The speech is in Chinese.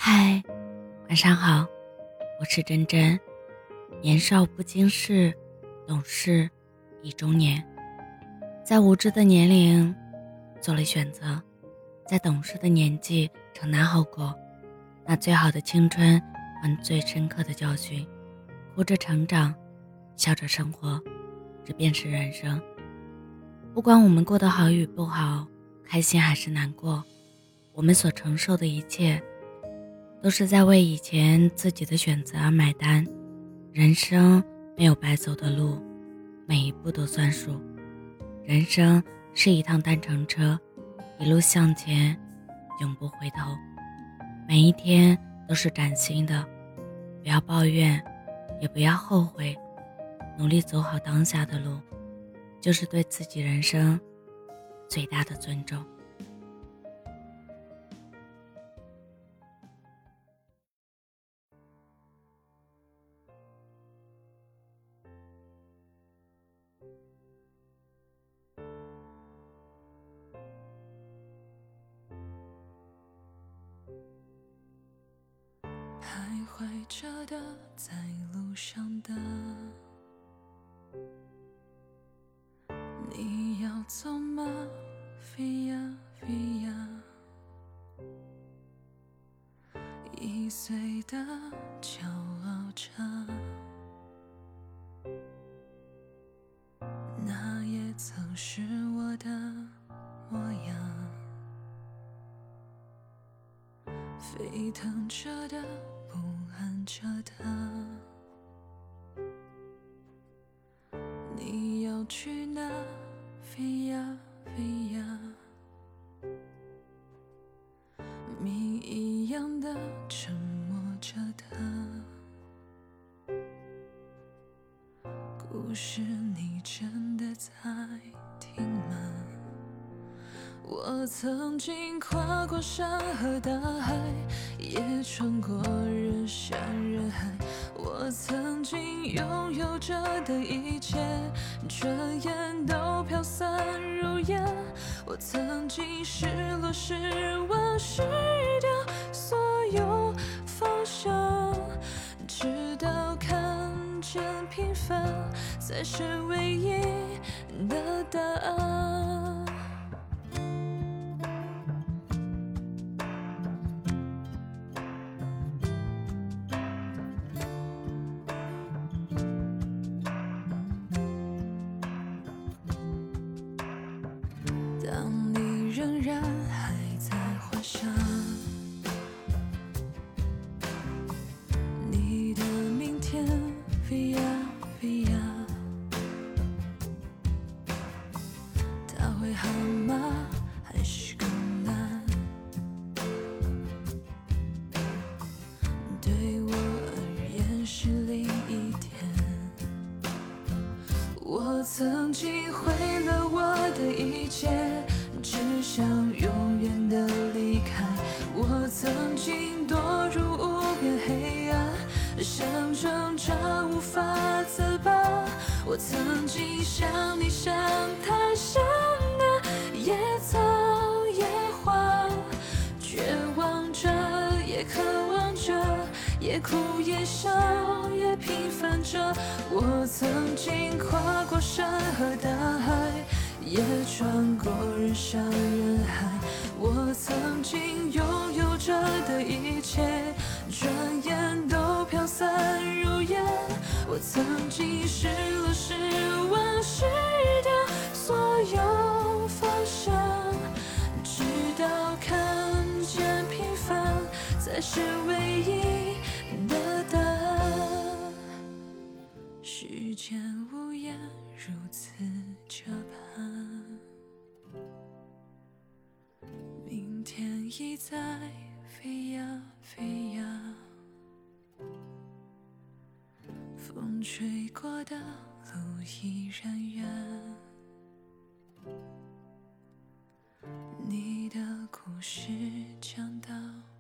嗨，晚上好，我是真真。年少不经事，懂事已中年。在无知的年龄做了选择，在懂事的年纪承担后果。那最好的青春换最深刻的教训，哭着成长，笑着生活，这便是人生。不管我们过得好与不好，开心还是难过，我们所承受的一切都是在为以前自己的选择而买单。人生没有白走的路，每一步都算数。人生是一趟单程车，一路向前，永不回头。每一天都是崭新的，不要抱怨，也不要后悔，努力走好当下的路，就是对自己人生最大的尊重。 徘徊着的，在路上的，你要走吗？飞呀飞呀，易碎的，骄傲着，那也曾是我的模样。沸腾着的，不安着的，你要去哪？飞呀飞呀，谜一样的沉默着的故事，你真的在听吗？我曾经跨过山和大海，也穿过人山人海。我曾经拥有着的一切，转眼都飘散如烟。我曾经失落失望失掉所有方向，直到看见平凡才是唯一的答案。当你仍然还在幻想，你的明天飞呀飞呀，它会好吗？还是更难？对我而言是另一天。我曾经毁了我的一切，只想永远的离开。我曾经堕入无边黑暗，想挣扎无法自拔。我曾经像你像他像那野草野花，绝望着也渴望着，也哭也笑也平凡着。我曾经跨过山和大海，也穿过人山人海。我曾经拥有着的一切，转眼都飘散如烟。我曾经失落失望失掉所有方向，直到看见平凡才是唯一的答案。时间无言，如此这般，明天已在飞呀飞呀，风吹过的路依然远，你的故事讲到